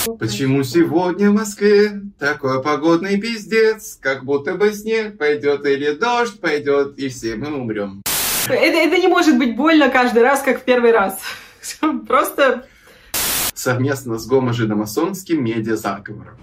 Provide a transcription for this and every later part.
Почему сегодня в Москве такой погодный пиздец? Как будто бы снег пойдет или дождь пойдет, и все мы умрем. Это не может быть больно каждый раз, как в первый раз. Просто... Совместно с гомо-жидомасонским медиазаговором.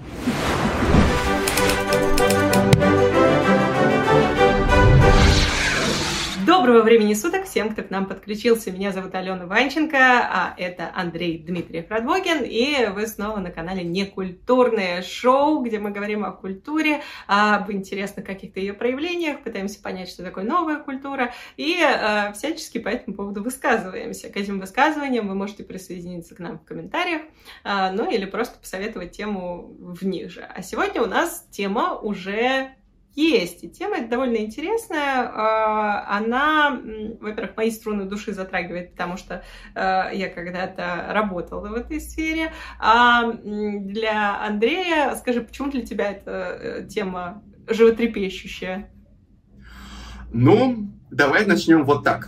Доброго времени суток всем, кто к нам подключился. Меня зовут Алена Ванченко, а это Андрей Дмитриев-Радвогин, и вы снова на канале Некультурное шоу, где мы говорим о культуре, об интересных каких-то ее проявлениях, пытаемся понять, что такое новая культура, и всячески по этому поводу высказываемся. К этим высказываниям вы можете присоединиться к нам в комментариях, ну или просто посоветовать тему в них же. А сегодня у нас тема уже... есть. И тема эта довольно интересная. Она, во-первых, мои струны души затрагивает, потому что я когда-то работала в этой сфере. А для Андрея, скажи, почему для тебя эта тема животрепещущая? Ну, давай начнем вот так.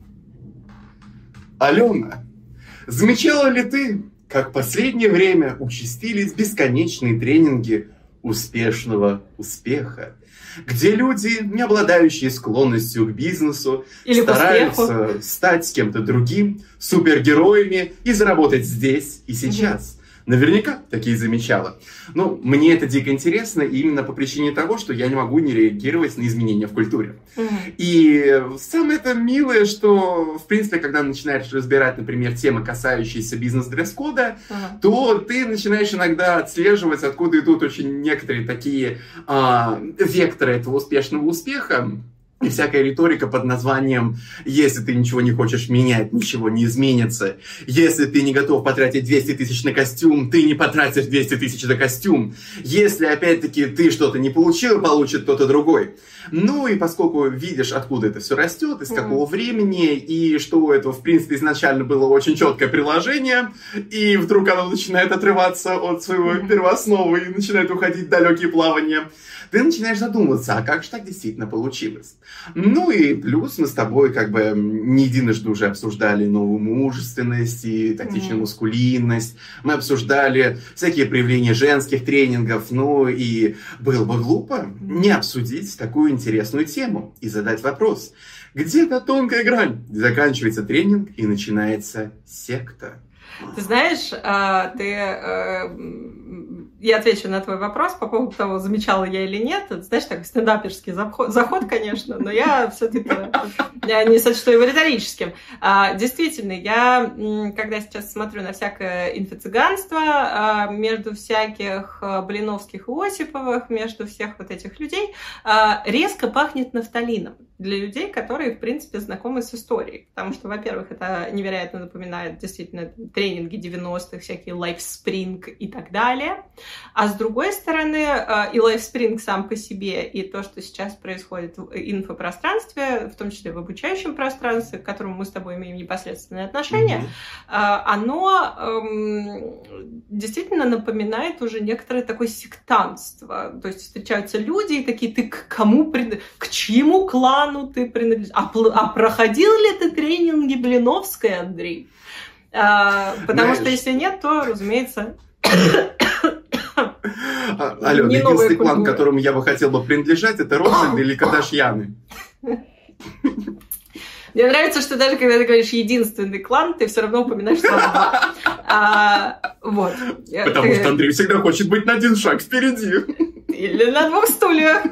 Алена, замечала ли ты, как в последнее время участились бесконечные тренинги успешного успеха, где люди, не обладающие склонностью к бизнесу, или стараются стать кем-то другим, супергероями и заработать здесь и сейчас. Наверняка такие замечала. Но мне это дико интересно именно по причине того, что я не могу не реагировать на изменения в культуре. И самое это милое, что, в принципе, когда начинаешь разбирать, например, темы, касающиеся бизнес-дресс-кода, то ты начинаешь иногда отслеживать, откуда идут очень некоторые такие векторы этого успешного успеха. И всякая риторика под названием «Если ты ничего не хочешь менять, ничего не изменится. Если ты не готов потратить 200 тысяч на костюм, ты не потратишь 200 тысяч на костюм. Если, опять-таки, ты что-то не получил, получит кто-то другой». Ну и поскольку видишь, откуда это все растет, из какого времени, и что у этого, в принципе, изначально было очень четкое приложение, и вдруг оно начинает отрываться от своего первоосновы и начинает уходить в далекие плавания, ты начинаешь задумываться, а как же так действительно получилось? Ну и плюс мы с тобой как бы не единожды уже обсуждали новую мужественность и тактичную мускулинность. Мы обсуждали всякие проявления женских тренингов. Ну и было бы глупо не обсудить такую интересную тему и задать вопрос. Где-то тонкая грань, где заканчивается тренинг и начинается секта. Ты знаешь, я отвечу на твой вопрос по поводу того, замечала я или нет. Это, знаешь, такой стендаперский заход, конечно, но я все-таки не сочту его риторическим. Действительно, я, когда сейчас смотрю на всякое инфо-цыганство, между всяких Блиновских и Осиповых, между всех вот этих людей, резко пахнет нафталином для людей, которые, в принципе, знакомы с историей. Потому что, во-первых, это невероятно напоминает действительно тренинги 90-х, всякие LifeSpring и так далее. А с другой стороны, и LifeSpring сам по себе, и то, что сейчас происходит в инфопространстве, в том числе в обучающем пространстве, к которому мы с тобой имеем непосредственное отношение, оно действительно напоминает уже некоторое такое сектантство. То есть встречаются люди и такие, ты к чьему клану ты принадлежишь? А проходил ли ты тренинги Блиновской, Андрей? Потому что если нет, то, разумеется... Алена, единственный клан, которому я бы хотел бы принадлежать, это Ротшильды или Кардашьяны. Мне нравится, что даже когда ты говоришь «единственный клан», ты все равно упоминаешь слова. Вот. Потому что Андрей всегда хочет быть на один шаг впереди. Или на двух стульях.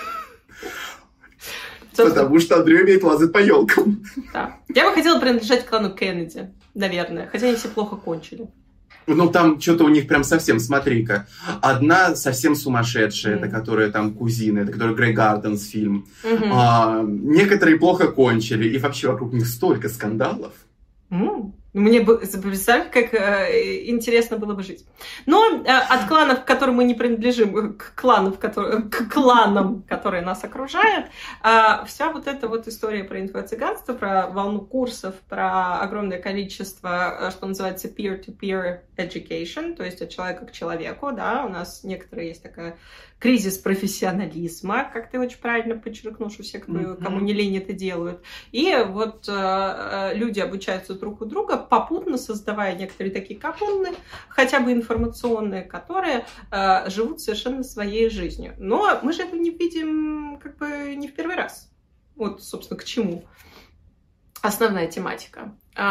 Потому что Андрей умеет лазать по елкам. Да. Я бы хотела принадлежать клану Кеннеди, наверное. Хотя они все плохо кончили. Ну, там что-то у них прям совсем, смотри-ка. Одна совсем сумасшедшая, это которая там кузина, это которая Грей Гарденс фильм. Некоторые плохо кончили, и вообще вокруг них столько скандалов. Мне бы, представь, как интересно было бы жить. Но от кланов, к которым мы не принадлежим, к кланам, которые нас окружают, вся вот эта вот история про инфо-цыганство, про волну курсов, про огромное количество, что называется, peer-to-peer education, то есть от человека к человеку, да, у нас некоторые есть такая кризис профессионализма, как ты очень правильно подчеркнул, что все, кому не лень, это делают. И вот люди обучаются друг у друга, попутно создавая некоторые такие коммуны, хотя бы информационные, которые живут совершенно своей жизнью. Но мы же это не видим как бы не в первый раз. Вот, собственно, к чему основная тематика.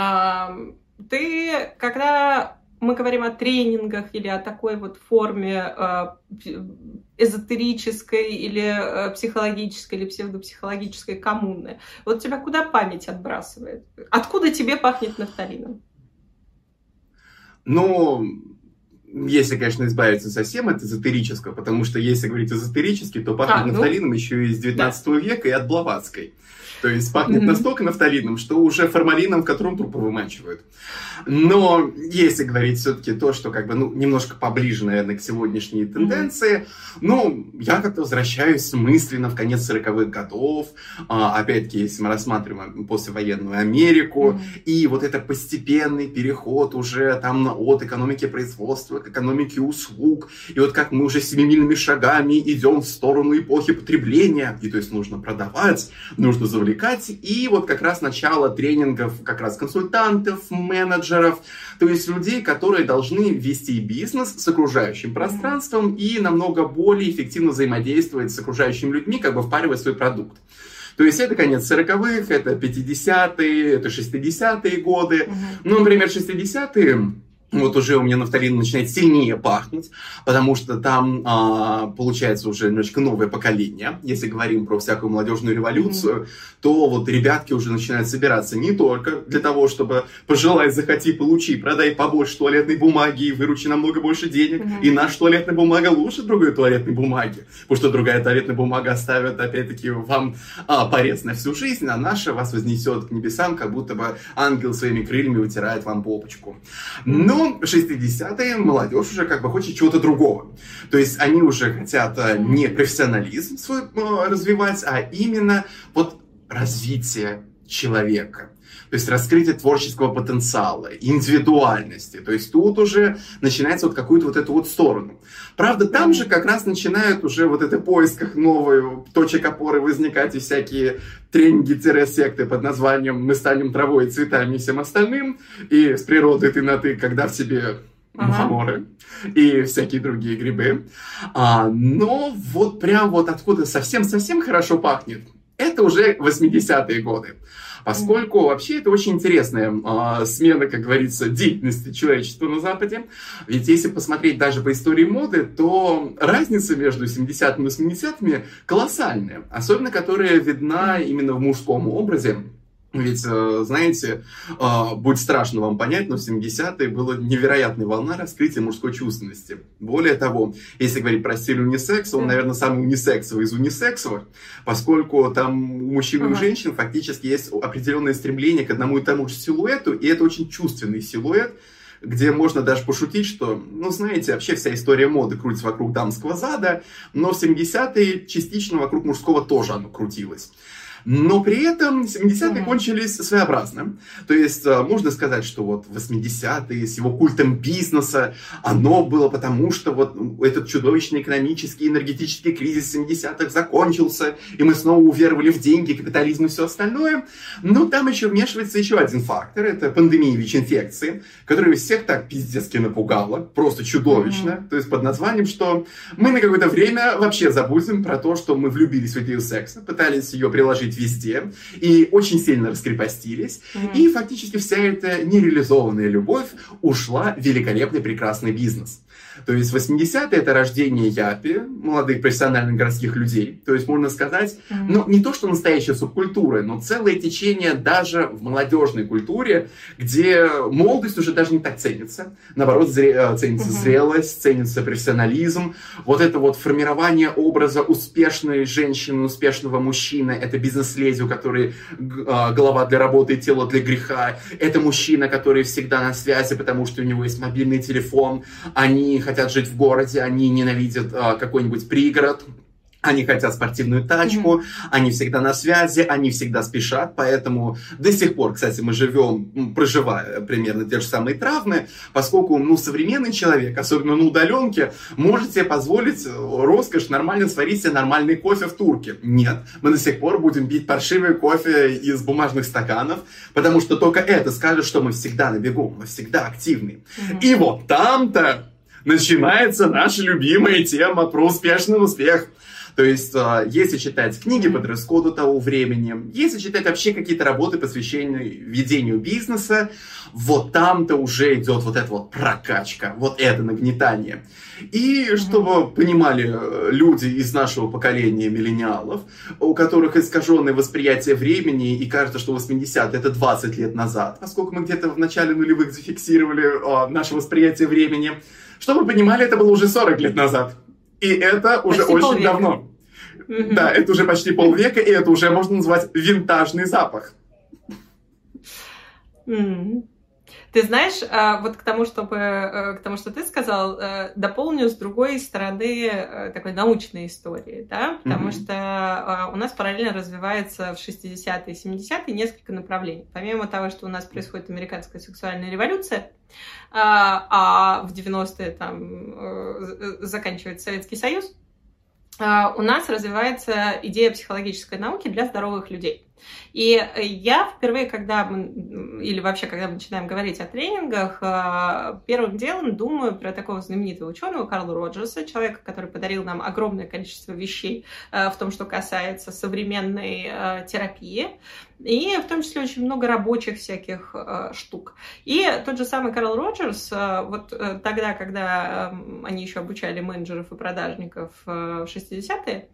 Ты, когда мы говорим о тренингах или о такой вот форме эзотерической или психологической или псевдопсихологической коммуны, вот тебя куда память отбрасывает? Откуда тебе пахнет нафталином? Ну, если, конечно, избавиться совсем от эзотерического, потому что если говорить эзотерически, то пахнет нафталином еще из 19 века и от Блаватской. То есть пахнет настолько нафталином, что уже формалином, в котором трупы вымачивают. Но если говорить все-таки то, что как бы, немножко поближе, наверное, к сегодняшней тенденции, я как-то возвращаюсь мысленно в конец 40-х годов. Опять-таки, если мы рассматриваем послевоенную Америку, и вот это постепенный переход уже там от экономики производства к экономике услуг, и вот как мы уже семимильными шагами идем в сторону эпохи потребления, и то есть нужно продавать, нужно завлекать, и вот как раз начало тренингов как раз консультантов, менеджеров, то есть людей, которые должны вести бизнес с окружающим пространством и намного более эффективно взаимодействовать с окружающими людьми, как бы впаривать свой продукт. То есть это конец 40-х, это 50-е, это 60-е годы. Например, 60-е... Вот уже у меня нафталин начинает сильнее пахнуть, потому что там получается уже немножечко новое поколение. Если говорим про всякую молодежную революцию, то вот ребятки уже начинают собираться не только для того, чтобы пожелай, захоти, получи, продай побольше туалетной бумаги и выручи намного больше денег. И наша туалетная бумага лучше другой туалетной бумаги, потому что другая туалетная бумага оставит, опять-таки, вам порез на всю жизнь, а наша вас вознесет к небесам, как будто бы ангел своими крыльями вытирает вам попочку. Но 60-е молодежь уже как бы хочет чего-то другого. То есть они уже хотят не профессионализм свой развивать, а именно вот развитие человека. То есть раскрытие творческого потенциала, индивидуальности. То есть тут уже начинается вот какую-то вот эту вот сторону. Правда, там же как раз начинают уже вот это в поисках новых точек опоры возникать и всякие тренинги-секты под названием «Мы станем травой, цветами и всем остальным». И с природой ты на «ты», когда в себе мухоморы и всякие другие грибы. Но вот прям вот откуда совсем-совсем хорошо пахнет, это уже 80-е годы. Поскольку вообще это очень интересная смена, как говорится, деятельности человечества на Западе. Ведь если посмотреть даже по истории моды, то разница между 70-ми и 80-ми колоссальная. Особенно, которая видна именно в мужском образе. Ведь, знаете, будет страшно вам понять, но в 70-е была невероятная волна раскрытия мужской чувственности. Более того, если говорить про стиль унисекс, он, наверное, самый унисексовый из унисексовых, поскольку там у мужчин и у женщин фактически есть определенное стремление к одному и тому же силуэту, и это очень чувственный силуэт, где можно даже пошутить, что, знаете, вообще вся история моды крутится вокруг дамского зада, но в 70-е частично вокруг мужского тоже оно крутилось. Но при этом 70-е кончились своеобразно. То есть можно сказать, что вот 80-е с его культом бизнеса, оно было потому, что вот этот чудовищный экономический, энергетический кризис 70-х закончился, и мы снова уверовали в деньги, капитализм и все остальное. Но там еще вмешивается еще один фактор, это пандемия ВИЧ-инфекции, которая всех так пиздецки напугала, просто чудовищно. То есть под названием, что мы на какое-то время вообще забудем про то, что мы влюбились в идею секса, пытались ее приложить везде и очень сильно раскрепостились. И фактически вся эта нереализованная любовь ушла в великолепный прекрасный бизнес. То есть 80-е это рождение япи, молодых профессиональных городских людей. То есть можно сказать, не то что настоящая субкультура, но целое течение даже в молодежной культуре, где молодость уже даже не так ценится. Наоборот, ценится зрелость, ценится профессионализм. Вот это вот формирование образа успешной женщины, успешного мужчины. Это бизнес-леди, у которой голова для работы и тело для греха. Это мужчина, который всегда на связи, потому что у него есть мобильный телефон. Они хотят жить в городе, они ненавидят какой-нибудь пригород. Они хотят спортивную тачку, они всегда на связи, они всегда спешат, поэтому до сих пор, кстати, мы проживая примерно те же самые травмы, поскольку, современный человек, особенно на удаленке, может себе позволить роскошь нормально сварить себе нормальный кофе в турке. Нет, мы до сих пор будем пить паршивый кофе из бумажных стаканов, потому что только это скажет, что мы всегда на бегу, мы всегда активны. И вот там-то начинается наша любимая тема про успешный успех. То есть, если читать книги по дресс-коду того времени, если читать вообще какие-то работы, посвященные ведению бизнеса, вот там-то уже идет вот эта вот прокачка, вот это нагнетание. И чтобы понимали люди из нашего поколения миллениалов, у которых искаженное восприятие времени, и кажется, что 80-е это 20 лет назад, поскольку мы где-то в начале нулевых зафиксировали наше восприятие времени, чтобы вы понимали, это было уже 40 лет назад. И это уже почти очень полвека. Давно. Да, это уже почти полвека, и это уже можно назвать винтажный запах. Ты знаешь, вот к тому, что ты сказал, дополню с другой стороны такой научной истории, да, потому что у нас параллельно развивается в 60-е и 70-е несколько направлений. Помимо того, что у нас происходит американская сексуальная революция, а в 90-е там заканчивается Советский Союз, у нас развивается идея психологической науки для здоровых людей. И я впервые, когда мы начинаем говорить о тренингах, первым делом думаю про такого знаменитого ученого Карла Роджерса, человека, который подарил нам огромное количество вещей в том, что касается современной терапии, и в том числе очень много рабочих всяких штук. И тот же самый Карл Роджерс, вот тогда, когда они еще обучали менеджеров и продажников в 60-е,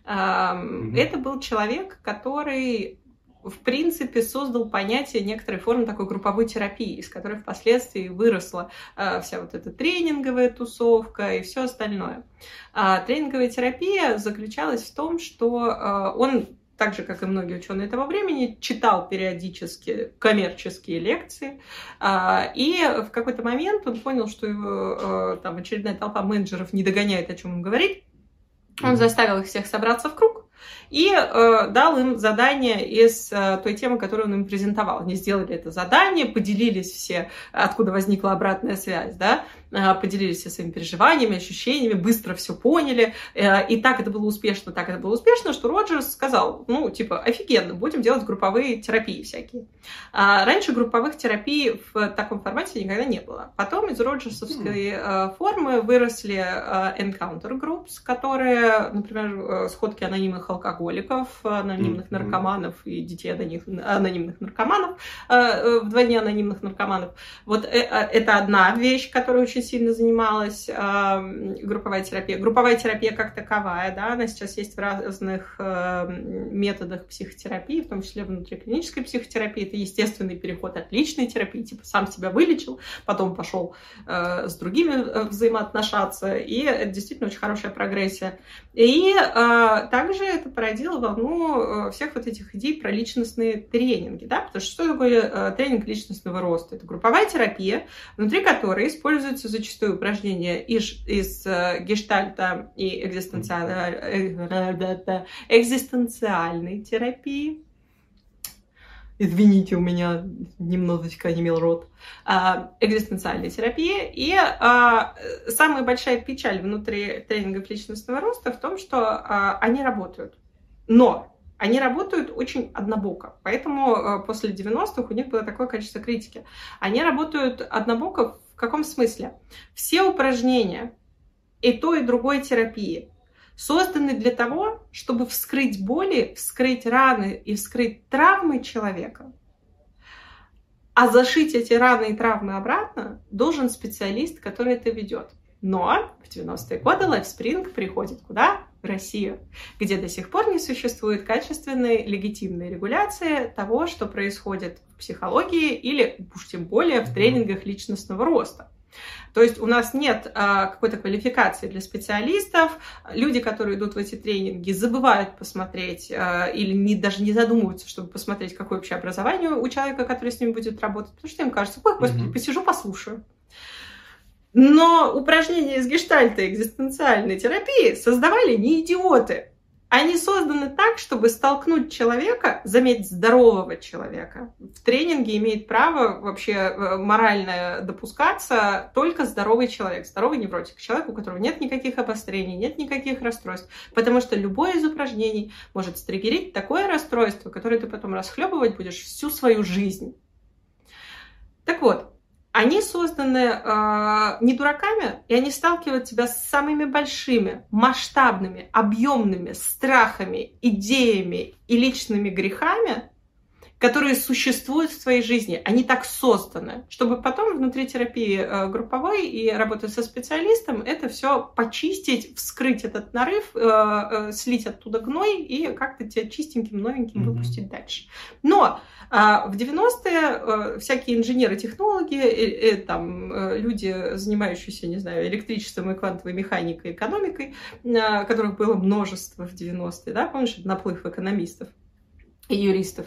это был человек, который в принципе создал понятие некоторой формы такой групповой терапии, из которой впоследствии выросла вся вот эта тренинговая тусовка и все остальное. Тренинговая терапия заключалась в том, что он, так же, как и многие ученые того времени, читал периодически коммерческие лекции, и в какой-то момент он понял, что его там очередная толпа менеджеров не догоняет, о чем он говорит. Он заставил их всех собраться в круг и дал им задание из той темы, которую он им презентовал. Они сделали это задание, поделились все, откуда возникла обратная связь, да? Поделились все своими переживаниями, ощущениями, быстро все поняли. И так это было успешно, что Роджерс сказал, офигенно, будем делать групповые терапии всякие. Раньше групповых терапий в таком формате никогда не было. Потом из роджерсовской формы выросли encounter groups, которые, например, сходки анонимных алкоголиков, анонимных наркоманов и детей анонимных наркоманов, вдвойне анонимных наркоманов. Вот это одна вещь, которая очень сильно занималась групповая терапия. Групповая терапия как таковая, да, она сейчас есть в разных методах психотерапии, в том числе внутриклинической психотерапии. Это естественный переход от личной терапии, типа сам себя вылечил, потом пошел с другими взаимоотношаться, и это действительно очень хорошая прогрессия. И также это породило волну всех вот этих идей про личностные тренинги, да, потому что такое тренинг личностного роста? Это групповая терапия, внутри которой используются зачастую упражнения из гештальта и экзистенциальной терапии. Извините, у меня немножечко онемел рот. Экзистенциальной терапии. И самая большая печаль внутри тренингов личностного роста в том, что они работают. Но они работают очень однобоко. Поэтому после 90-х у них было такое количество критики. Они работают однобоко в каком смысле? Все упражнения и той, и другой терапии созданы для того, чтобы вскрыть боли, вскрыть раны и вскрыть травмы человека. А зашить эти раны и травмы обратно должен специалист, который это ведет. Но в 90-е годы LifeSpring приходит куда? В Россию, где до сих пор не существует качественной, легитимной регуляции того, что происходит в психологии или, уж тем более, в тренингах личностного роста. То есть у нас нет какой-то квалификации для специалистов. Люди, которые идут в эти тренинги, забывают посмотреть или даже не задумываются, чтобы посмотреть, какое вообще образование у человека, который с ними будет работать. Потому что им кажется, ой, господи, посижу, послушаю. Но упражнения из гештальта и экзистенциальной терапии создавали не идиоты. Они созданы так, чтобы столкнуть человека, заметь, здорового человека. В тренинге имеет право вообще морально допускаться только здоровый человек, здоровый невротик, человек, у которого нет никаких обострений, нет никаких расстройств, потому что любое из упражнений может стригерить такое расстройство, которое ты потом расхлебывать будешь всю свою жизнь. Так вот, они созданы не дураками, и они сталкивают тебя с самыми большими, масштабными, объемными страхами, идеями и личными грехами, которые существуют в твоей жизни. Они так созданы, чтобы потом внутри терапии групповой и работы со специалистом это все почистить, вскрыть этот нарыв, слить оттуда гной и как-то тебя чистеньким, новеньким выпустить дальше. Но в 90-е всякие инженеры-технологи, там, люди, занимающиеся, не знаю, электричеством и квантовой механикой, экономикой, которых было множество в 90-е, да, помнишь, наплыв экономистов и юристов,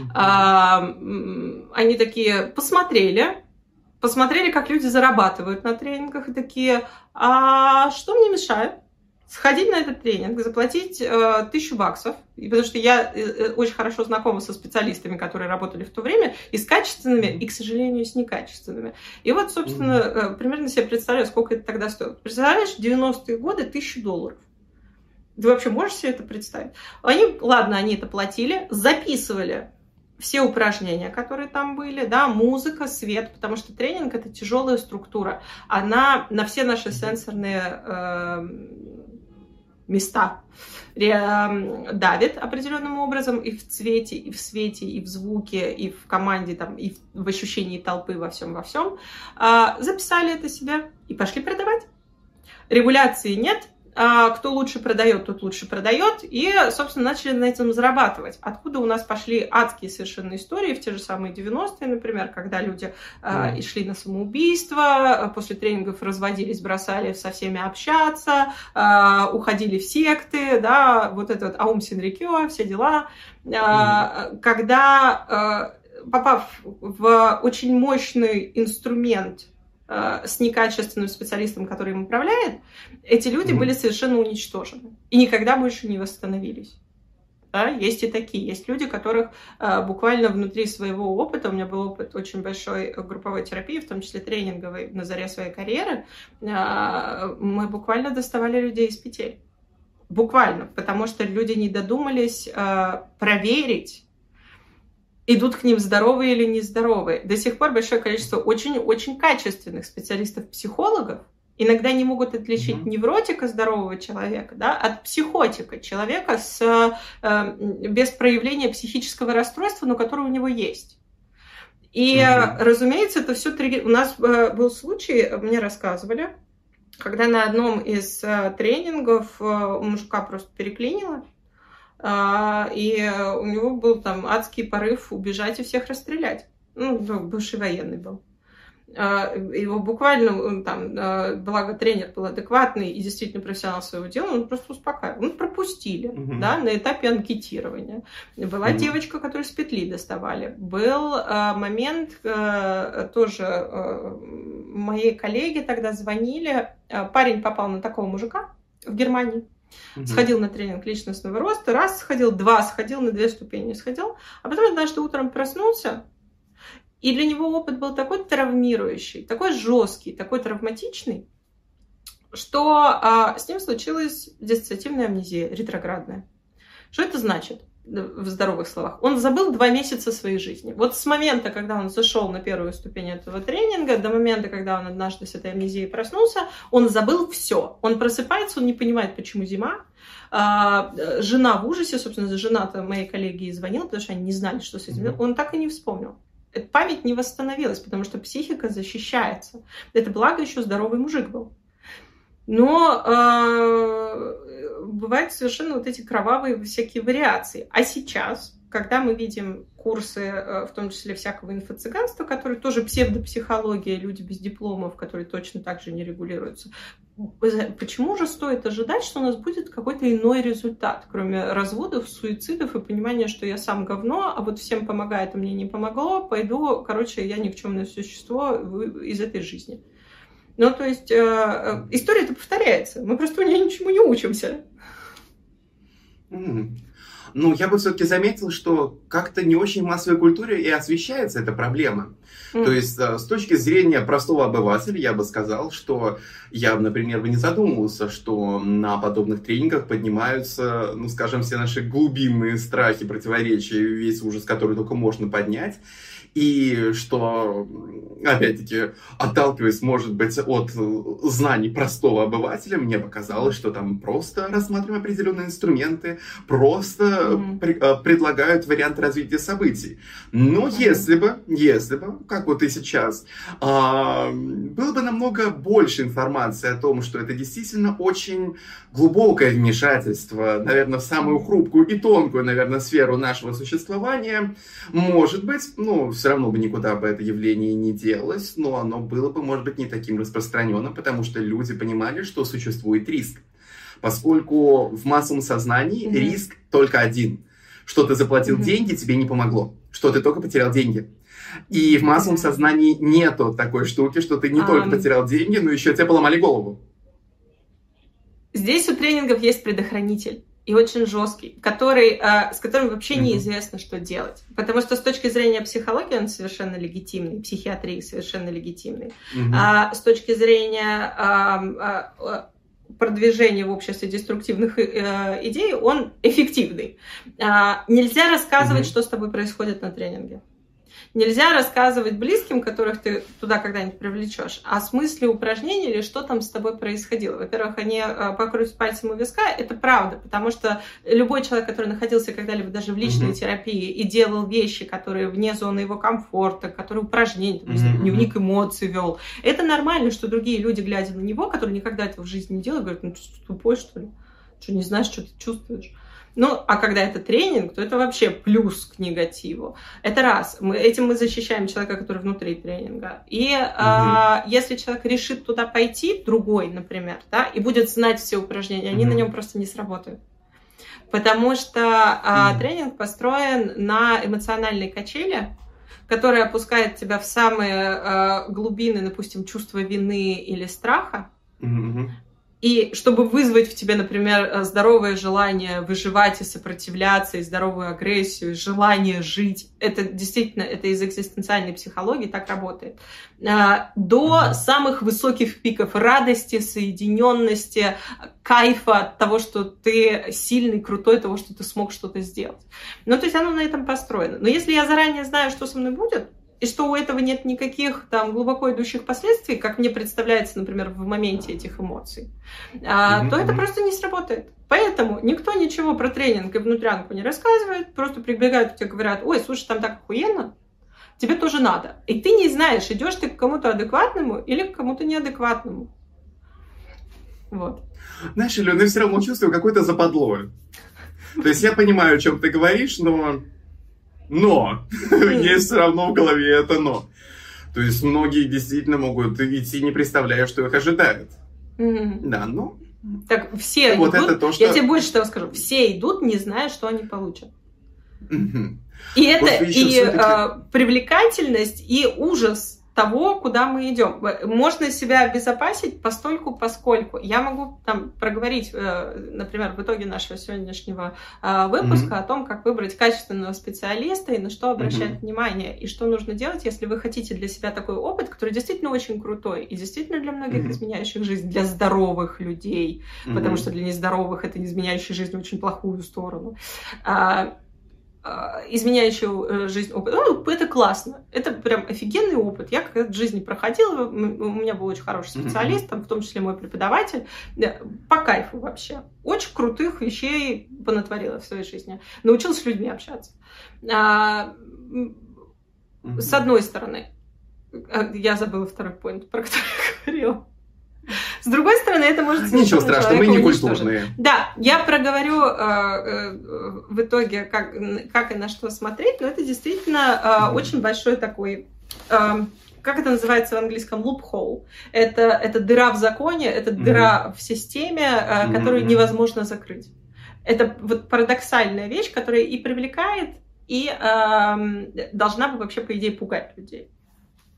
они такие посмотрели, как люди зарабатывают на тренингах, и такие, а что мне мешает? Сходить на этот тренинг, заплатить $1000, потому что я очень хорошо знакома со специалистами, которые работали в то время, и с качественными, и, к сожалению, с некачественными. И вот, собственно, примерно себе представляю, сколько это тогда стоило. Представляешь, в 90-е годы $1000. Ты вообще можешь себе это представить? Они это платили, записывали все упражнения, которые там были, да, музыка, свет, потому что тренинг — это тяжелая структура. Она на все наши сенсорные места давит определенным образом и в цвете, и в свете, и в звуке, и в команде, там, и в ощущении толпы, во всем. Записали это себе и пошли продавать. Регуляции нет. Кто лучше продает, тот лучше продает. И, собственно, начали на этом зарабатывать. Откуда у нас пошли адские совершенно истории в те же самые 90-е, например, когда люди и шли на самоубийство, после тренингов разводились, бросали со всеми общаться, уходили в секты, да, вот это вот Аум Синрикё, все дела. Когда, попав в очень мощный инструмент с некачественным специалистом, который им управляет, эти люди были совершенно уничтожены и никогда больше не восстановились. Да? Есть и такие. Есть люди, которых буквально внутри своего опыта, у меня был опыт очень большой групповой терапии, в том числе тренинговой, на заре своей карьеры, мы буквально доставали людей из петель. Буквально. Потому что люди не додумались проверить, идут к ним здоровые или нездоровые. До сих пор большое количество очень-очень качественных специалистов-психологов иногда не могут отличить невротика, здорового человека, да, от психотика, человека без проявления психического расстройства, но которое у него есть. И, разумеется, это все триггер. У нас был случай, мне рассказывали, когда на одном из тренингов у мужика просто переклинило, и у него был там адский порыв убежать и всех расстрелять. Ну, бывший военный был. Его буквально, там, благо тренер был адекватный и действительно профессионал своего дела, он просто успокаивал. Ну, пропустили, да, на этапе анкетирования. Была девочка, которую с петли доставали. Был момент, тоже моей коллеге тогда звонили, парень попал на такого мужика в Германии. Сходил на тренинг личностного роста, раз сходил, два сходил, на 2 ступени сходил, а потом однажды утром проснулся, и для него опыт был такой травмирующий, такой жесткий, такой травматичный, что с ним случилась диссоциативная амнезия ретроградная. Что это значит в здоровых словах? Он забыл 2 месяца своей жизни. Вот с момента, когда он зашел на первую ступень этого тренинга, до момента, когда он однажды с этой амнезией проснулся, он забыл все. Он просыпается, он не понимает, почему зима. Жена в ужасе, собственно, жена-то моей коллеги и звонила, потому что они не знали, что с этим делать. Он так и не вспомнил. Эта память не восстановилась, потому что психика защищается. Это благо еще здоровый мужик был. Но бывают совершенно вот эти кровавые всякие вариации. А сейчас, когда мы видим курсы, в том числе всякого инфо-цыганства, которые тоже псевдопсихология, люди без дипломов, которые точно так же не регулируются, почему же стоит ожидать, что у нас будет какой-то иной результат, кроме разводов, суицидов и понимания, что я сам говно, а вот всем помогает, а мне не помогло, пойду, короче, я никчемное существо из этой жизни. Ну, то есть, история-то повторяется. Мы просто у нее ничему не учимся. Мгм. Ну, я бы все-таки заметил, что как-то не очень в массовой культуре и освещается эта проблема. То есть, с точки зрения простого обывателя, я бы сказал, что я, например, бы не задумывался, что на подобных тренингах поднимаются, ну, скажем, все наши глубинные страхи, противоречия, весь ужас, который только можно поднять. И что, опять-таки, отталкиваясь, может быть, от знаний простого обывателя, мне показалось, что там просто рассматриваем определенные инструменты, просто предлагают вариант развития событий. Но если бы, как вот и сейчас, было бы намного больше информации о том, что это действительно очень глубокое вмешательство, наверное, в самую хрупкую и тонкую, наверное, сферу нашего существования, может быть, ну, все равно бы никуда бы это явление не делось, но оно было бы, может быть, не таким распространенным, потому что люди понимали, что существует риск. Поскольку в массовом сознании риск только один. Что ты заплатил деньги, тебе не помогло. Что ты только потерял деньги. И в массовом сознании нету такой штуки, что ты не только потерял деньги, но еще тебе поломали голову. Здесь у тренингов есть предохранитель. И очень жесткий, с которым вообще неизвестно, что делать. Потому что с точки зрения психологии он совершенно легитимный, психиатрии совершенно легитимный. А с точки зрения продвижения в обществе деструктивных идей он эффективный. Нельзя рассказывать, что с тобой происходит на тренинге. Нельзя рассказывать близким, которых ты туда когда-нибудь привлечешь, о смысле упражнений или что там с тобой происходило. Во-первых, они покрутят пальцем у виска, это правда, потому что любой человек, который находился когда-либо даже в личной терапии и делал вещи, которые вне зоны его комфорта, которые упражнения, дневник эмоций вел, это нормально, что другие люди, глядя на него, которые никогда этого в жизни не делают, говорят, ну ты тупой, что ли? Что, не знаешь, что ты чувствуешь? Ну, а когда это тренинг, то это вообще плюс к негативу. Это раз. Этим мы защищаем человека, который внутри тренинга. И если человек решит туда пойти, другой, например, да, и будет знать все упражнения, они на нем просто не сработают. Потому что тренинг построен на эмоциональной качели, которая опускает тебя в самые глубины, допустим, чувства вины или страха. И чтобы вызвать в тебе, например, здоровое желание выживать и сопротивляться, и здоровую агрессию, и желание жить, это действительно, это из экзистенциальной психологии так работает, до самых высоких пиков радости, соединенности, кайфа от того, что ты сильный, крутой, того, что ты смог что-то сделать. Ну, то есть оно на этом построено. Но если я заранее знаю, что со мной будет, и что у этого нет никаких там глубоко идущих последствий, как мне представляется, например, в моменте этих эмоций, то это просто не сработает. Поэтому никто ничего про тренинг и внутрянку не рассказывает, просто прибегают к тебе, говорят, ой, слушай, там так охуенно, тебе тоже надо. И ты не знаешь, идешь ты к кому-то адекватному или к кому-то неадекватному. Вот. Знаешь, Илюна, я все равно чувствую какое-то западло. То есть я понимаю, о чем ты говоришь, но есть все равно в голове это «но». То есть многие действительно могут идти, не представляя, что их ожидает. Да, но... Так, все вот идут, это то, что... я тебе больше того скажу, все идут, не зная, что они получат. И это и привлекательность, и ужас того, куда мы идем. Можно себя обезопасить постольку, поскольку. Я могу там проговорить, например, в итоге нашего сегодняшнего выпуска о том, как выбрать качественного специалиста и на что обращать внимание, и что нужно делать, если вы хотите для себя такой опыт, который действительно очень крутой и действительно для многих изменяющих жизнь, для здоровых людей, потому что для нездоровых это изменяющий жизнь в очень плохую сторону. Изменяющую жизнь опыт. Ну, это классно. Это прям офигенный опыт. Я когда-то в жизни проходила, у меня был очень хороший специалист, там, в том числе мой преподаватель. По кайфу вообще. Очень крутых вещей понатворила в своей жизни. Научилась с людьми общаться. С одной стороны, я забыла второй поинт, про который я говорила. С другой стороны, это может... Ничего страшного, мы не культурные. Да, я проговорю в итоге, как и на что смотреть, но это действительно очень большой такой... Как это называется в английском? Loophole. Это дыра в законе, это дыра в системе, которую невозможно закрыть. Это вот парадоксальная вещь, которая и привлекает, и должна бы вообще, по идее, пугать людей.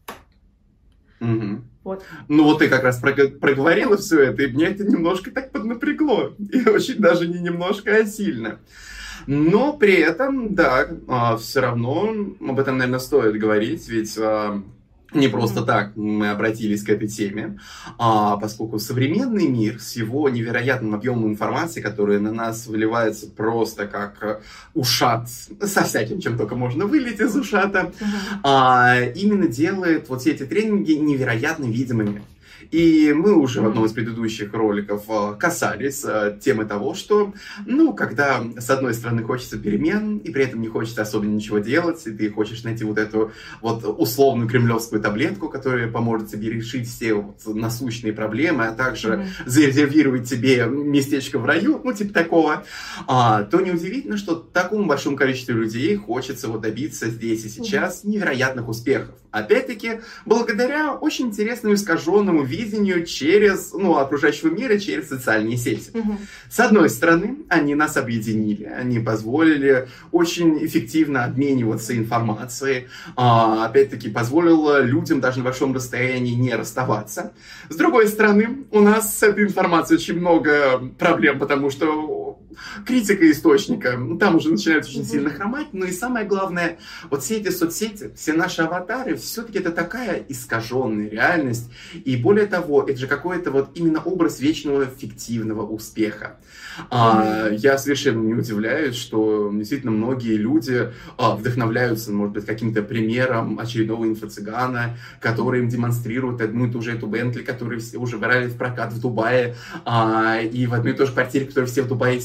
Вот. Ну вот ты как раз проговорила все это, и мне это немножко так напрягло. И очень даже не немножко, а сильно. Но при этом, да, все равно об этом, наверное, стоит говорить, ведь не просто так мы обратились к этой теме, поскольку современный мир с его невероятным объемом информации, который на нас выливается просто как ушат, со всяким, чем только можно вылить из ушата, именно делает вот все эти тренинги невероятно видимыми. И мы уже в одном из предыдущих роликов касались темы того, что, когда с одной стороны хочется перемен, и при этом не хочется особо ничего делать, и ты хочешь найти вот эту вот условную кремлевскую таблетку, которая поможет тебе решить все вот насущные проблемы, а также зарезервировать тебе местечко в раю, типа такого, то неудивительно, что такому большому количеству людей хочется вот добиться здесь и сейчас невероятных успехов. Опять-таки, благодаря очень интересному искаженному видению через, окружающего мира через социальные сети. С одной стороны, они нас объединили, они позволили очень эффективно обмениваться информацией, опять-таки, позволило людям даже на большом расстоянии не расставаться. С другой стороны, у нас с этой информацией очень много проблем, потому что критика источника, там уже начинает очень сильно хромать, но и самое главное, вот все эти соцсети, все наши аватары, все-таки это такая искаженная реальность, и более того, это же какой-то вот именно образ вечного фиктивного успеха. Я совершенно не удивляюсь, что действительно многие люди вдохновляются, может быть, каким-то примером очередного инфо-цыгана, который им демонстрирует одну и ту же эту Бентли, которую все уже брали в прокат в Дубае, и в одной и той же квартире, которую все в Дубае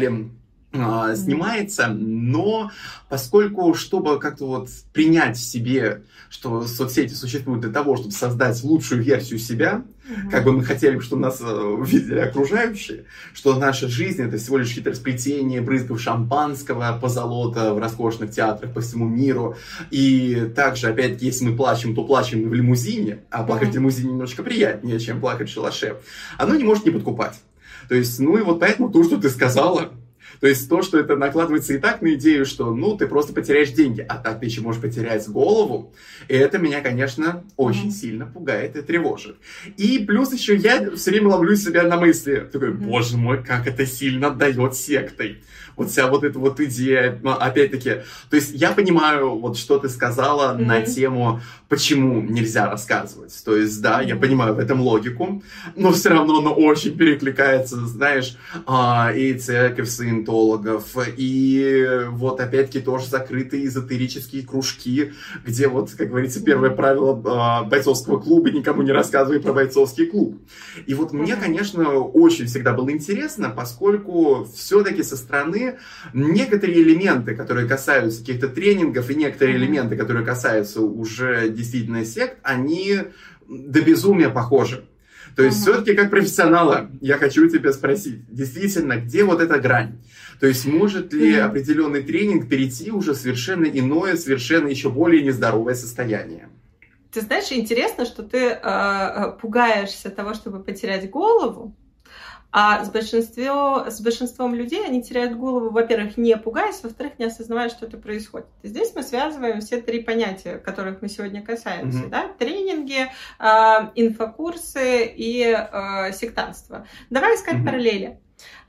снимается, но поскольку, чтобы как-то вот принять в себе, что соцсети существуют для того, чтобы создать лучшую версию себя, как бы мы хотели, чтобы нас видели окружающие, что наша жизнь — это всего лишь хитросплетение брызгов шампанского, позолота в роскошных театрах по всему миру. И также, опять-таки, если мы плачем, то плачем в лимузине, а плакать в лимузине немножко приятнее, чем плакать в шалаше. Оно не может не подкупать. То есть, и вот поэтому то, что ты сказала, то есть то, что это накладывается и так на идею, что, ты просто потеряешь деньги, а так ты еще можешь потерять голову, и это меня, конечно, очень сильно пугает и тревожит. И плюс еще я все время ловлю себя на мысли, такой, боже мой, как это сильно отдает сектой. Вот вся вот эта вот идея, опять-таки, то есть я понимаю, вот что ты сказала на тему, почему нельзя рассказывать. То есть, да, я понимаю в этом логику, но все равно оно очень перекликается, знаешь, и церковь саентологов, и вот опять-таки тоже закрытые эзотерические кружки, где вот, как говорится, первое правило бойцовского клуба — никому не рассказывай про бойцовский клуб. И вот мне, конечно, очень всегда было интересно, поскольку все-таки со стороны некоторые элементы, которые касаются каких-то тренингов, и некоторые элементы, которые касаются уже действительно сект, они до безумия похожи. То есть все-таки как профессионала я хочу тебя спросить, действительно, где вот эта грань? То есть может ли определенный тренинг перейти уже совершенно иное, совершенно еще более нездоровое состояние? Ты знаешь, интересно, что ты пугаешься того, чтобы потерять голову, а с большинством людей они теряют голову, во-первых, не пугаясь, во-вторых, не осознавая, что это происходит. И здесь мы связываем все три понятия, которых мы сегодня касаемся. Да? Тренинги, инфокурсы и сектантство. Давай искать параллели.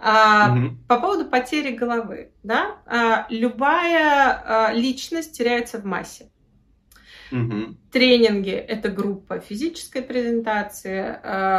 По поводу потери головы. Да? Любая личность теряется в массе. Тренинги — это группа физической презентации,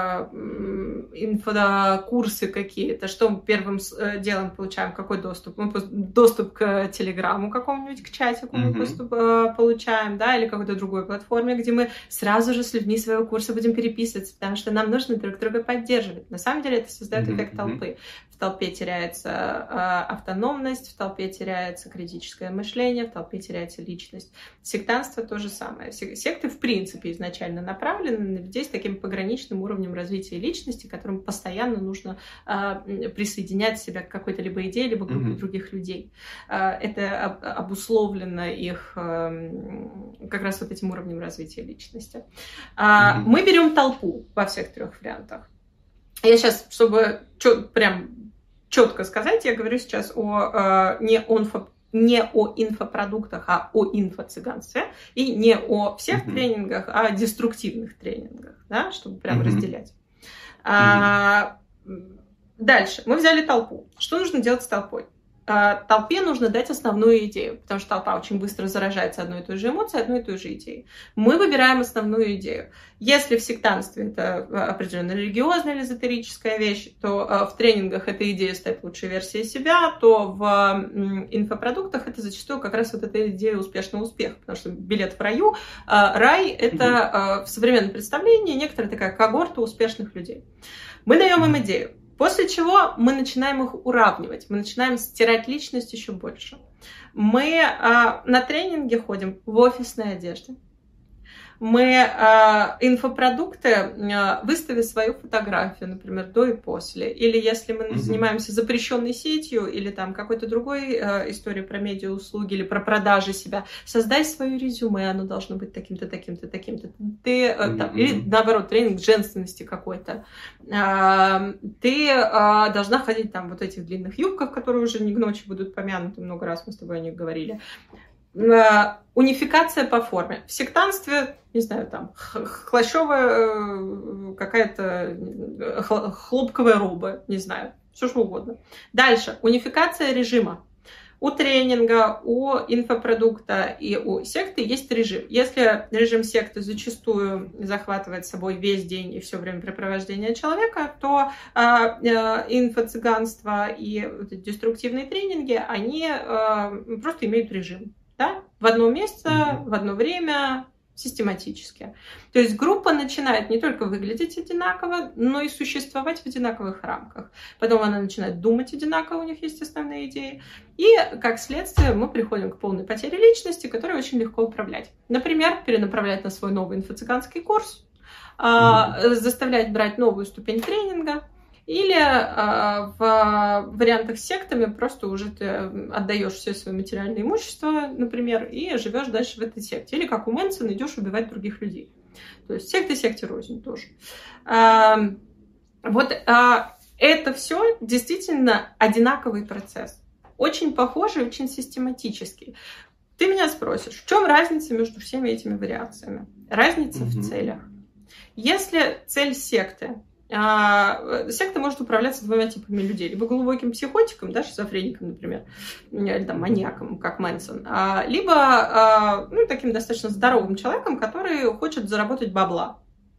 инфокурсы какие-то. Что мы первым делом получаем? Какой доступ? Мы доступ к Телеграму какому-нибудь, к чатику мы получаем, да, или какой-то другой платформе, где мы сразу же с людьми своего курса будем переписываться, потому что нам нужно друг друга поддерживать. На самом деле это создает эффект толпы. В толпе теряется автономность, в толпе теряется критическое мышление, в толпе теряется личность. Сектантство — то же самое. Секты, в принципе, изначально направлены на людей с таким пограничным уровнем развития личности, которым постоянно нужно присоединять себя к какой-то либо идее, либо группе других людей. Это обусловлено их как раз вот этим уровнем развития личности. Мы берем толпу во всех трех вариантах. Я сейчас, чтобы прям четко сказать, я говорю сейчас не о инфопродуктах, а о инфо-цыганстве, и не о всех тренингах, а о деструктивных тренингах, да, чтобы прям разделять. Дальше. Мы взяли толпу. Что нужно делать с толпой? Толпе нужно дать основную идею, потому что толпа очень быстро заражается одной и той же эмоцией, одной и той же идеей. Мы выбираем основную идею. Если в сектантстве это определенно религиозная или эзотерическая вещь, то в тренингах это идея стать лучшей версией себя, то в инфопродуктах это зачастую как раз вот эта идея успешного успеха, потому что билет в раю, рай — это в современном представлении некоторая такая когорта успешных людей. Мы даем им идею. После чего мы начинаем их уравнивать, мы начинаем стирать личность еще больше. Мы на тренинге ходим в офисной одежде. Мы инфопродукты, выставив свою фотографию, например, до и после. Или если мы занимаемся запрещенной сетью или там какой-то другой историей про медиауслуги или про продажи себя, создай свое резюме, оно должно быть таким-то, таким-то, таким-то. Ты, там, или наоборот, тренинг женственности какой-то. Ты должна ходить там вот этих длинных юбках, которые уже не к ночи будут помянуты, много раз мы с тобой о них говорили. Унификация по форме. В сектантстве, не знаю, там хлащевая какая-то хлопковая роба, не знаю, все что угодно. Дальше. Унификация режима. У тренинга, у инфопродукта и у секты есть режим. Если режим секты зачастую захватывает с собой весь день и все времяпрепровождения человека, то инфо-цыганство и деструктивные тренинги, они просто имеют режим. Да? В одно место, в одно время, систематически. То есть группа начинает не только выглядеть одинаково, но и существовать в одинаковых рамках. Потом она начинает думать одинаково, у них есть основные идеи. И, как следствие, мы приходим к полной потере личности, которую очень легко управлять. Например, перенаправлять на свой новый инфо-цыганский курс, заставлять брать новую ступень тренинга. Или в вариантах с сектами просто уже ты отдаешь все свое материальное имущество, например, и живешь дальше в этой секте. Или как у Мэнсона идешь убивать других людей. То есть секте рознь тоже. Вот это все действительно одинаковый процесс. Очень похожий, очень систематический. Ты меня спросишь, в чем разница между всеми этими вариациями? Разница в целях. Если цель секты, секта может управляться двумя типами людей. Либо глубоким психотиком, да, шизофреником, например, или там, маньяком, как Мэнсон, либо таким достаточно здоровым человеком, который хочет заработать бабла.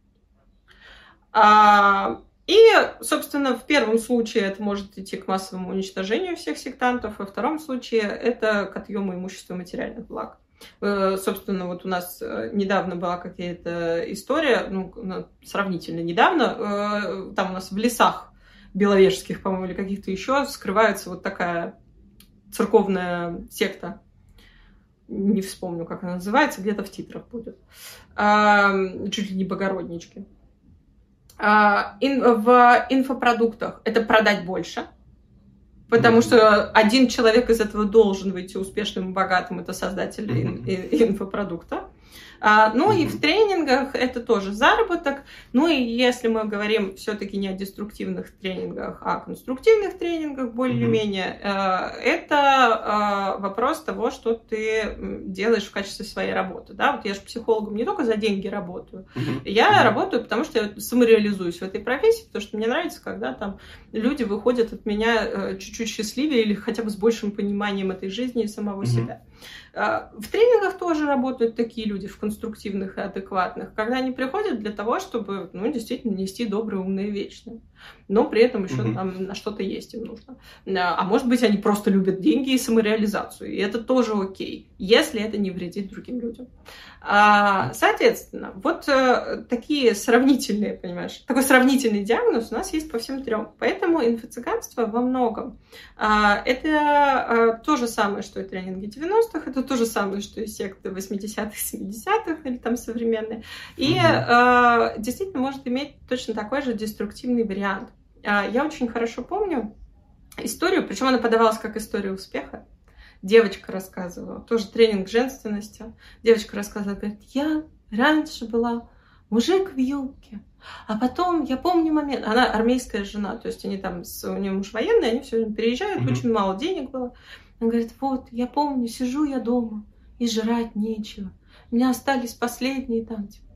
И, собственно, в первом случае это может идти к массовому уничтожению всех сектантов, во втором случае это к отъему имущества материальных благ. Собственно, вот у нас недавно была какая-то история, сравнительно недавно, там у нас в лесах беловежских, по-моему, или каких-то еще скрывается вот такая церковная секта. Не вспомню, как она называется, где-то в титрах будет. Чуть ли не богороднички. В инфопродуктах это продать больше. Потому что один человек из этого должен выйти успешным и богатым, это создатель инфопродукта. И в тренингах это тоже заработок. Ну и если мы говорим все-таки не о деструктивных тренингах, а о конструктивных тренингах более-менее, это вопрос того, что ты делаешь в качестве своей работы. Да? Вот я же психологом не только за деньги работаю, я работаю, потому что я самореализуюсь в этой профессии, потому что мне нравится, когда там люди выходят от меня чуть-чуть счастливее или хотя бы с большим пониманием этой жизни и самого себя. В тренингах тоже работают такие люди, в конструктивных и адекватных, когда они приходят для того, чтобы действительно нести доброе, умное, вечное. Но при этом еще там на что-то есть им нужно. А может быть, они просто любят деньги и самореализацию. И это тоже окей, если это не вредит другим людям. Соответственно, вот такие сравнительные, понимаешь, такой сравнительный диагноз у нас есть по всем трем. Поэтому инфо-цыганство во многом это то же самое, что и тренинги 90-х, это то же самое, что и секты 80-х, 70-х или там современные. И действительно может иметь точно такой же деструктивный вариант. Я очень хорошо помню историю, причем она подавалась как история успеха. Девочка рассказывала, тоже тренинг женственности. Девочка рассказывала, говорит, я раньше была мужик в юбке, а потом, я помню момент, она армейская жена, то есть они там, у нее муж военный, они все время переезжают, очень мало денег было. Она говорит, вот, я помню, сижу я дома, и жрать нечего. У меня остались последние там,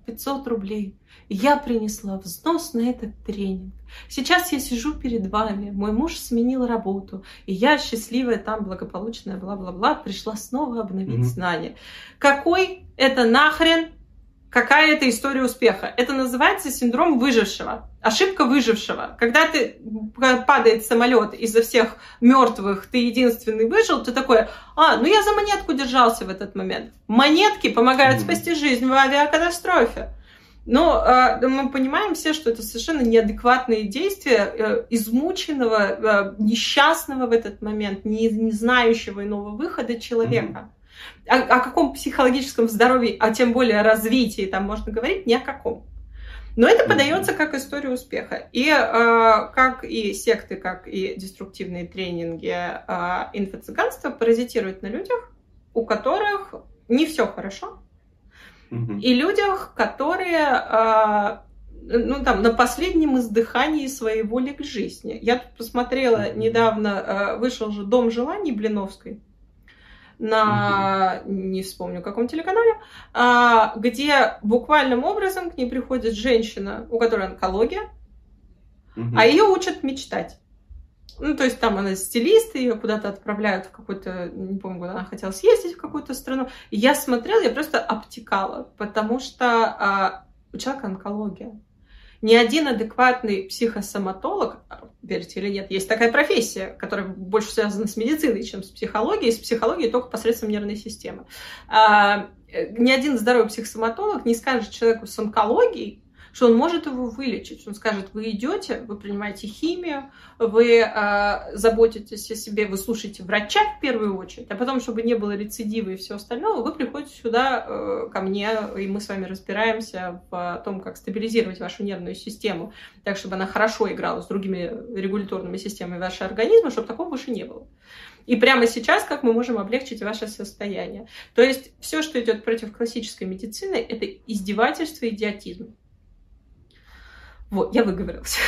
500 рублей. Я принесла взнос на этот тренинг. Сейчас я сижу перед вами, мой муж сменил работу, и я счастливая, там, благополучная, бла-бла-бла, пришла снова обновить знания. Какой это нахрен? Какая это история успеха? Это называется синдром выжившего, ошибка выжившего. Когда падает самолет, из-за всех мертвых ты единственный выжил, ты такой, ну я за монетку держался в этот момент. Монетки помогают спасти жизнь в авиакатастрофе. Но мы понимаем все, что это совершенно неадекватные действия измученного, несчастного в этот момент, не знающего иного выхода человека. О каком психологическом здоровье, а тем более о развитии там можно говорить, ни о каком. Но это подается как история успеха. И как и секты, как и деструктивные тренинги инфо-цыганства паразитируют на людях, у которых не все хорошо, и людях, которые на последнем издыхании своей воли к жизни. Я тут посмотрела недавно, вышел же «Дом желаний» Блиновской на, не вспомню, каком телеканале, где буквальным образом к ней приходит женщина, у которой онкология, а ее учат мечтать. То есть там она стилист, ее куда-то отправляют в какую-то, не помню, куда она хотела съездить, в какую-то страну. И я смотрела, я просто обтекала, потому что у человека онкология. Ни один адекватный психосоматолог, верите или нет, есть такая профессия, которая больше связана с медициной, чем с психологией, с психологией только посредством нервной системы. Ни один здоровый психосоматолог не скажет человеку с онкологией, что он может его вылечить. Он скажет, вы идете, вы принимаете химию, вы заботитесь о себе, вы слушаете врача в первую очередь, а потом, чтобы не было рецидива и всего остального, вы приходите сюда ко мне, и мы с вами разбираемся в том, как стабилизировать вашу нервную систему, так, чтобы она хорошо играла с другими регуляторными системами вашего организма, чтобы такого больше не было. И прямо сейчас, как мы можем облегчить ваше состояние. То есть все, что идет против классической медицины, это издевательство и идиотизм. Вот, я выговорилась.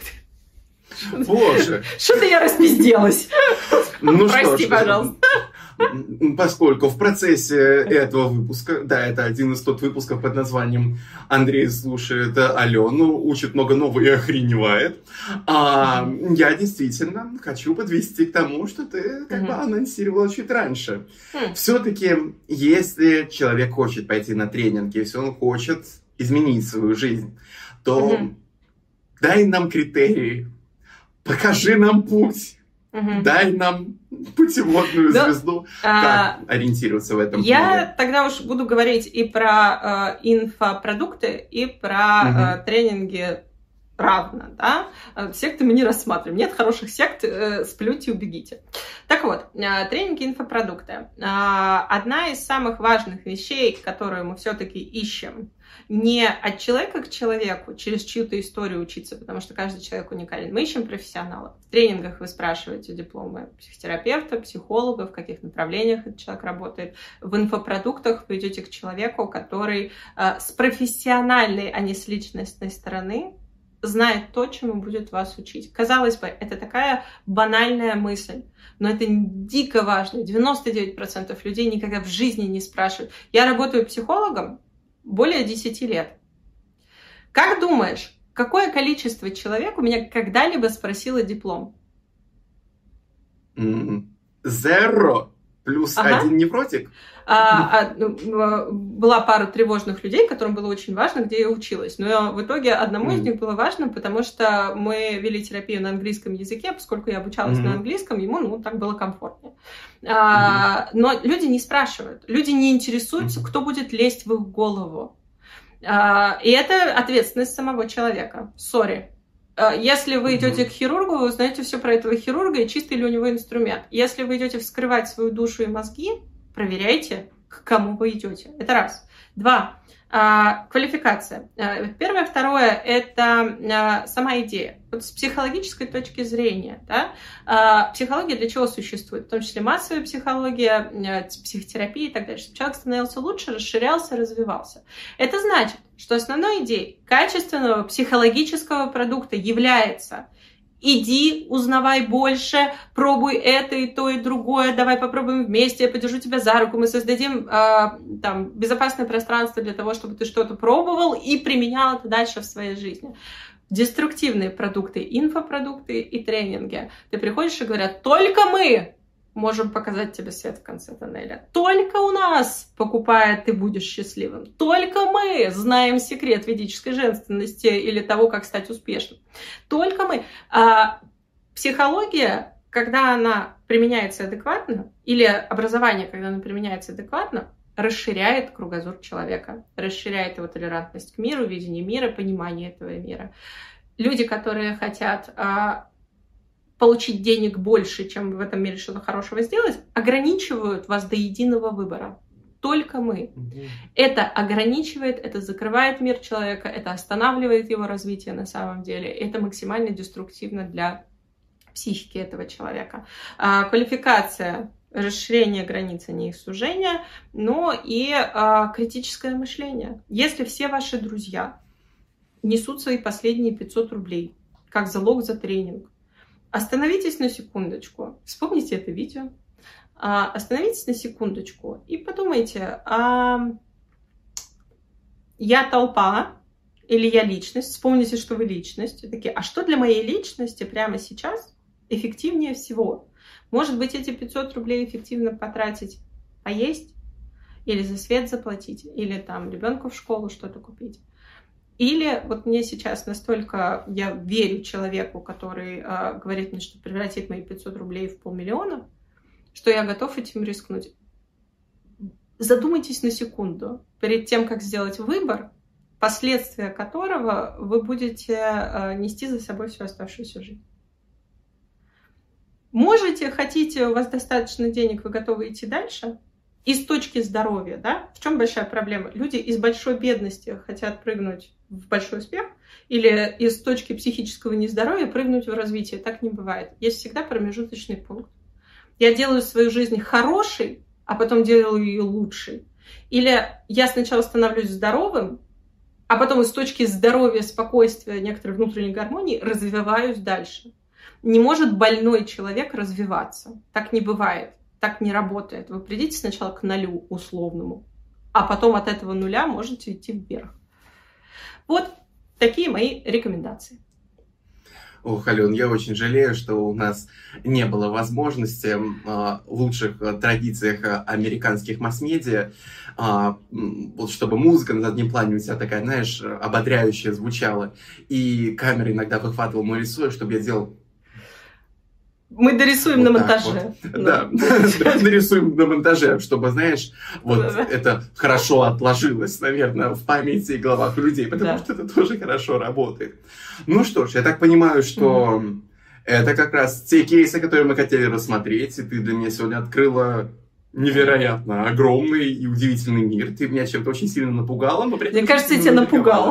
Боже! Что-то я распизделась. Прости, пожалуйста. Поскольку в процессе этого выпуска, да, это один из тот выпусков под названием «Андрей слушает Алену, учит много нового и охреневает», я действительно хочу подвести к тому, что ты как бы анонсировала чуть раньше. Все-таки, если человек хочет пойти на тренинг, если он хочет изменить свою жизнь, то дай нам критерии, покажи нам путь, дай нам путеводную звезду, как ориентироваться в этом Я мире. Тогда уж буду говорить и про инфопродукты, и про тренинги равно, да? Секты мы не рассматриваем. Нет хороших сект, сплюньте и убегите. Так вот, тренинги инфопродукты. Одна из самых важных вещей, которую мы все-таки ищем, не от человека к человеку, через чью-то историю учиться, потому что каждый человек уникален. Мы ищем профессионалов. В тренингах вы спрашиваете дипломы психотерапевта, психолога, в каких направлениях этот человек работает. В инфопродуктах вы идете к человеку, который с профессиональной, а не с личностной стороны знает то, чему будет вас учить. Казалось бы, это такая банальная мысль, но это дико важно. 99% людей никогда в жизни не спрашивают. Я работаю психологом более 10 лет. Как думаешь, какое количество человек у меня когда-либо спросило диплом? Zero. Плюс один невротик. Была пара тревожных людей, которым было очень важно, где я училась. Но в итоге одному из них было важно, потому что мы вели терапию на английском языке, поскольку я обучалась на английском, ему так было комфортнее. Но люди не спрашивают, люди не интересуются, кто будет лезть в их голову. И это ответственность самого человека. Сори. Если вы идете к хирургу, вы узнаете все про этого хирурга и чистый ли у него инструмент. Если вы идете вскрывать свою душу и мозги, проверяйте, к кому вы идете. Это раз. Два. Квалификация. Первое. Второе – это сама идея. Вот с психологической точки зрения. Да, психология для чего существует? В том числе массовая психология, психотерапия и так далее. Чтобы человек становился лучше, расширялся, развивался. Это значит, что основной идеей качественного психологического продукта является Иди, узнавай больше, пробуй это и то, и другое, давай попробуем вместе, я подержу тебя за руку, мы создадим там безопасное пространство для того, чтобы ты что-то пробовал и применял это дальше в своей жизни. Деструктивные продукты, инфопродукты и тренинги. Ты приходишь и говорят, только мы можем показать тебе свет в конце тоннеля. Только у нас, покупая, ты будешь счастливым. Только мы знаем секрет ведической женственности или того, как стать успешным. Только мы. Психология, когда она применяется адекватно, или образование, когда оно применяется адекватно, расширяет кругозор человека, расширяет его толерантность к миру, видение мира, понимание этого мира. Люди, которые хотят получить денег больше, чем в этом мире что-то хорошего сделать, ограничивают вас до единого выбора. Только мы. Это ограничивает, это закрывает мир человека, это останавливает его развитие на самом деле. Это максимально деструктивно для психики этого человека. Квалификация, расширение границ, а не их сужение, но и критическое мышление. Если все ваши друзья несут свои последние 500 рублей как залог за тренинг, остановитесь на секундочку, вспомните это видео, остановитесь на секундочку и подумайте, я толпа или я личность? Вспомните, что вы личность. И такие, а что для моей личности прямо сейчас эффективнее всего? Может быть, эти 500 рублей эффективно потратить, поесть, или за свет заплатить, или там ребенку в школу что-то купить. Или вот мне сейчас настолько, я верю человеку, который говорит мне, что превратит мои 500 рублей в 500 000, что я готов этим рискнуть. Задумайтесь на секунду перед тем, как сделать выбор, последствия которого вы будете нести за собой всю оставшуюся жизнь. Можете, хотите, у вас достаточно денег, вы готовы идти дальше? И с точки здоровья, да? В чем большая проблема? Люди из большой бедности хотят прыгнуть в большой успех или из точки психического нездоровья прыгнуть в развитие. Так не бывает. Есть всегда промежуточный пункт. Я делаю свою жизнь хорошей, а потом делаю ее лучшей. Или я сначала становлюсь здоровым, а потом из точки здоровья, спокойствия, некоторой внутренней гармонии развиваюсь дальше. Не может больной человек развиваться. Так не бывает. Так не работает. Вы придите сначала к нулю условному, а потом от этого нуля можете идти вверх. Вот такие мои рекомендации. Ох, Ален, я очень жалею, что у нас не было возможности в лучших традициях американских масс-медиа, вот чтобы музыка на заднем плане у тебя такая, знаешь, ободряющая звучала, и камера иногда выхватывала мой лицо, чтобы я делал... Мы дорисуем вот на монтаже. Вот. Да, дорисуем на монтаже, чтобы, знаешь, вот это хорошо отложилось, наверное, в памяти и головах людей, потому что это тоже хорошо работает. Ну что ж, я так понимаю, что это как раз те кейсы, которые мы хотели рассмотреть, и ты для меня сегодня открыла невероятно огромный и удивительный мир. Ты меня чем-то очень сильно напугала. Но мне кажется, я тебя напугала.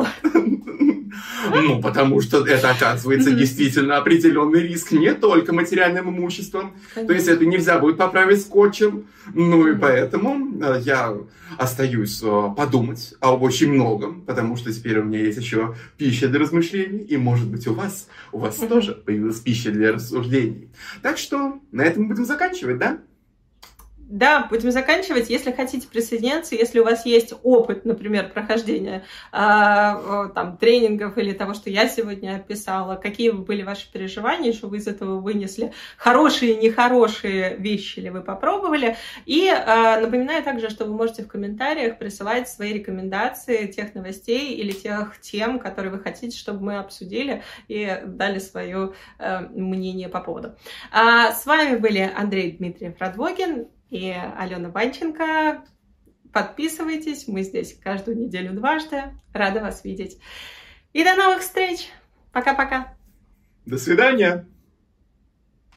Ну, потому что это, оказывается, действительно определенный риск не только материальным имуществом. Конечно. То есть это нельзя будет поправить скотчем. Ну и поэтому я остаюсь подумать об очень многом, потому что теперь у меня есть еще пища для размышлений, и, может быть, у вас тоже появилась пища для рассуждений. Так что на этом мы будем заканчивать, да? Да, будем заканчивать. Если хотите присоединяться, если у вас есть опыт, например, прохождения там, тренингов или того, что я сегодня описала, какие были ваши переживания, что вы из этого вынесли, хорошие и нехорошие вещи ли вы попробовали. И напоминаю также, что вы можете в комментариях присылать свои рекомендации тех новостей или тех тем, которые вы хотите, чтобы мы обсудили и дали свое мнение по поводу. С вами были Андрей Дмитриев-Радвогин и Алена Ванченко. Подписывайтесь, мы здесь каждую неделю дважды. Рада вас видеть. И до новых встреч. Пока-пока. До свидания.